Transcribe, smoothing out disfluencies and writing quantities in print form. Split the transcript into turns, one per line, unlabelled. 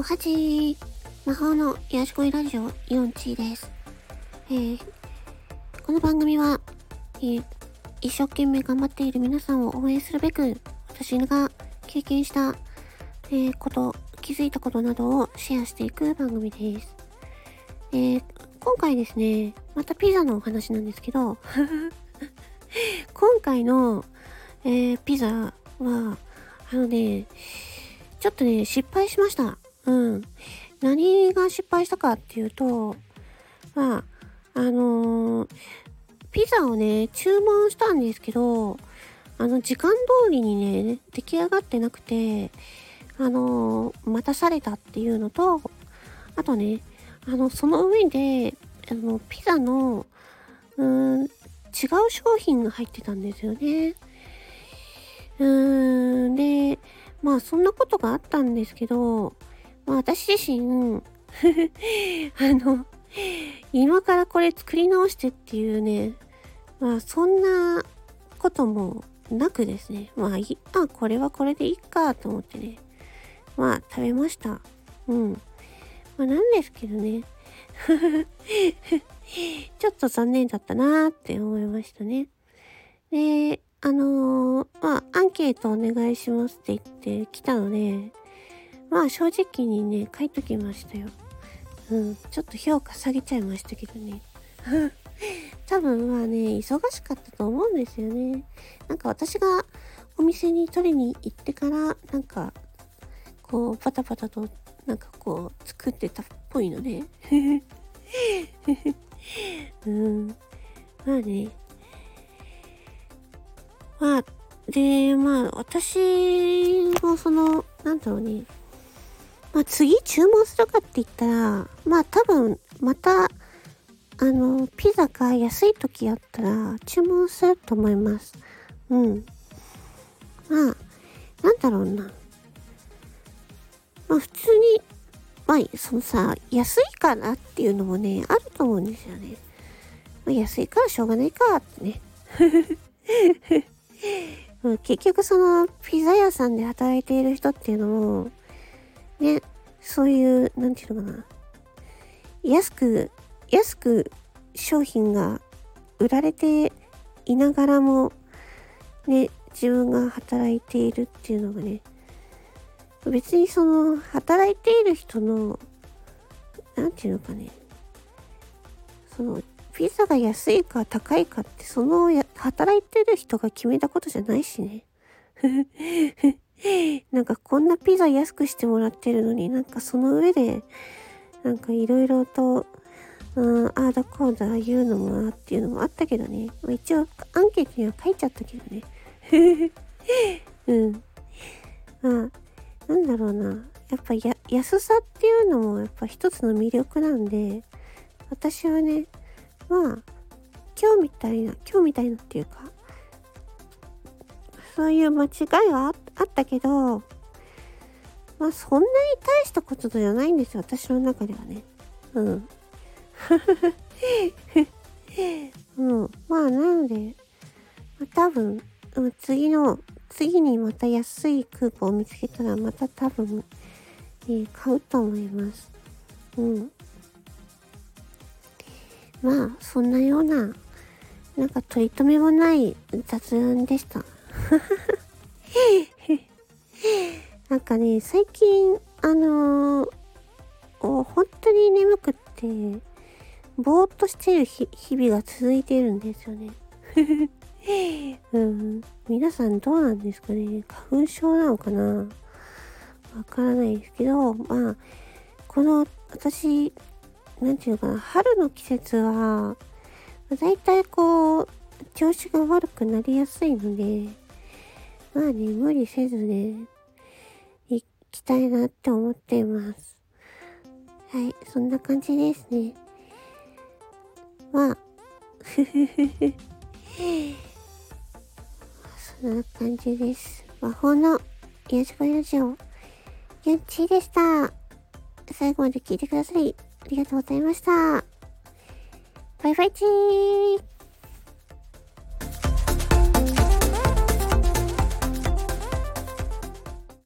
おはち魔法の癒し声ラジオイオンチーです。この番組は、一生懸命頑張っている皆さんを応援するべく、私が経験した、気づいたことなどをシェアしていく番組です。今回ですね、またピザのお話なんですけど今回の、ピザはちょっとね失敗しました。何が失敗したかっていうと、ピザをね注文したんですけど、時間通りにね出来上がってなくて、待たされたっていうのと、あとねその上でピザの違う商品が入ってたんですよね。で、そんなことがあったんですけど、私自身今からこれ作り直してっていうね、そんなこともなくですね、これはこれでいいかと思ってね、食べました。なんですけどねちょっと残念だったなーって思いましたね。で、アンケートお願いしますって言ってきたので、正直にね、書いときましたよ。ちょっと評価下げちゃいましたけどね。多分忙しかったと思うんですよね。私がお店に取りに行ってから、パタパタと、作ってたっぽいので。私も次注文するかって言ったら、多分、また、ピザが安い時あったら、注文すると思います。普通に、安いかなっていうのもね、あると思うんですよね。安いからしょうがないかってね。結局ピザ屋さんで働いている人っていうのも、ね、そういう、安く商品が売られていながらも、ね、自分が働いているっていうのがね、別に働いている人の、ピザが安いか高いかって、働いてる人が決めたことじゃないしね。こんなピザ安くしてもらってるのに、その上で、いろいろと、ああだこうだ言うのもなっていうのもあったけどね。一応、アンケートには書いちゃったけどね。やっぱ安さっていうのもやっぱ一つの魅力なんで、私はね、今日みたいなっていうか、そういう間違いはあったけど、そんなに大したことじゃないんですよ、私の中ではね。なので、多分、次にまた安いクーポンを見つけたら、また多分、買うと思います。そんなような、取り留めもない雑談でした。最近、本当に眠くって、ぼーっとしてる日々が続いているんですよね。皆さんどうなんですかね。花粉症なのかな、わからないですけど、私、春の季節は、だいたい調子が悪くなりやすいので、無理せずね、行きたいなって思っています。はい、そんな感じですね。そんな感じです。魔法の癒し声ラジオ、ゆんちーでした。最後まで聞いてくださり、ありがとうございました。バイバイチー。